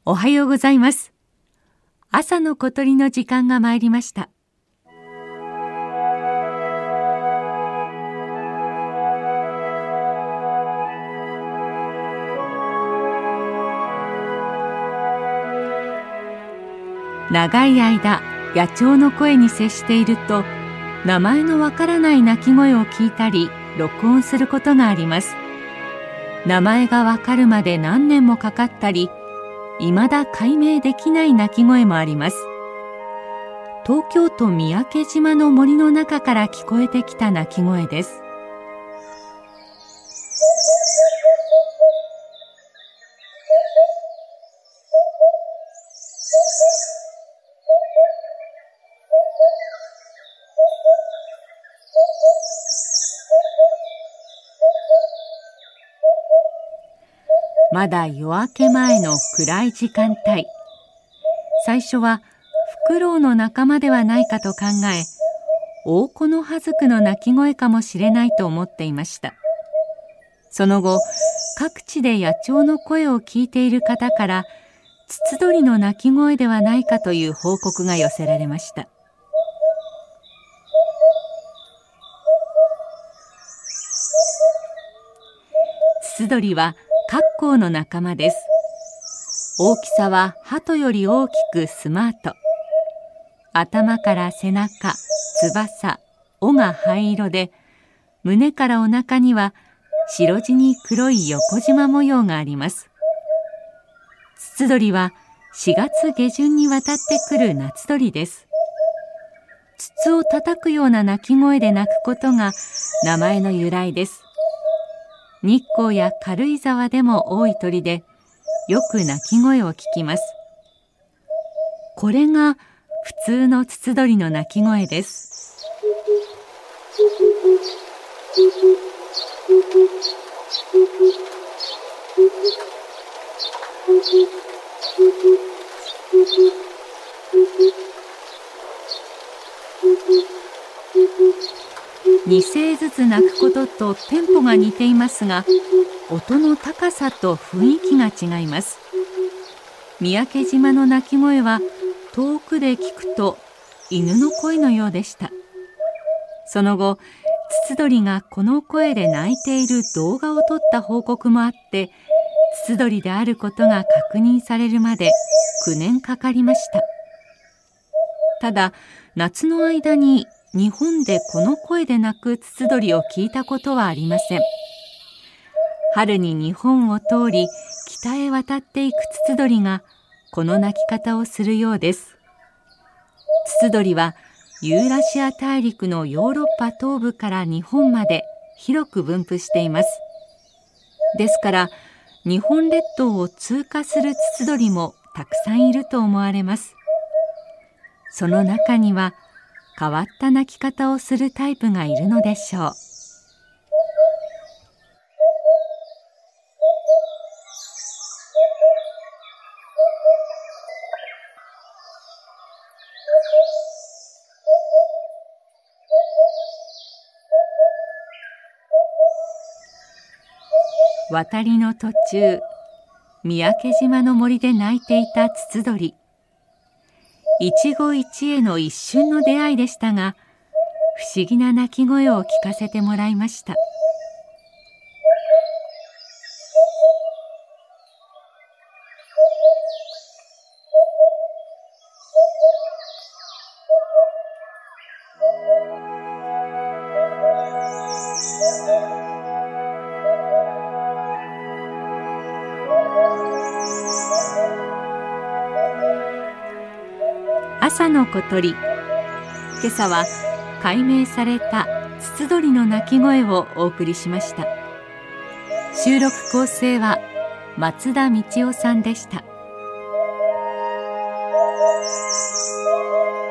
おはようございます。朝の小鳥の時間が参りました。長い間野鳥の声に接していると、名前のわからない鳴き声を聞いたり録音することがあります。名前がわかるまで何年もかかったり、未だ解明できない鳴き声もあります。東京都三宅島の森の中から聞こえてきた鳴き声です。まだ夜明け前の暗い時間帯。最初はフクロウの仲間ではないかと考え、オオコノハズクの鳴き声かもしれないと思っていました。その後、各地で野鳥の声を聞いている方から、ツツドリの鳴き声ではないかという報告が寄せられました。ツツドリはカッコウの仲間です。大きさは鳩より大きくスマート。頭から背中、翼、尾が灰色で、胸からお腹には白地に黒い横縞模様があります。ツツドリは4月下旬に渡ってくる夏鳥です。筒を叩くような鳴き声で鳴くことが名前の由来です。日光や軽井沢でも多い鳥で、よく鳴き声を聞きます。これが普通のツツドリの鳴き声です。2声ずつ鳴くこととテンポが似ていますが、音の高さと雰囲気が違います。三宅島の鳴き声は遠くで聞くと犬の声のようでした。その後、ツツドリがこの声で鳴いている動画を撮った報告もあって、ツツドリであることが確認されるまで9年かかりました。ただ、夏の間に日本でこの声で鳴くツツドリを聞いたことはありません。春に日本を通り北へ渡っていくツツドリがこの鳴き方をするようです。ツツドリはユーラシア大陸のヨーロッパ東部から日本まで広く分布しています。ですから日本列島を通過するツツドリもたくさんいると思われます。その中には変わった鳴き方をするタイプがいるのでしょう。渡りの途中、三宅島の森で鳴いていたツツドリ。一期一会の一瞬の出会いでしたが、不思議な鳴き声を聞かせてもらいました。朝の小鳥。今朝は解明されたツツドリの鳴き声をお送りしました。収録構成は松田道夫さんでした。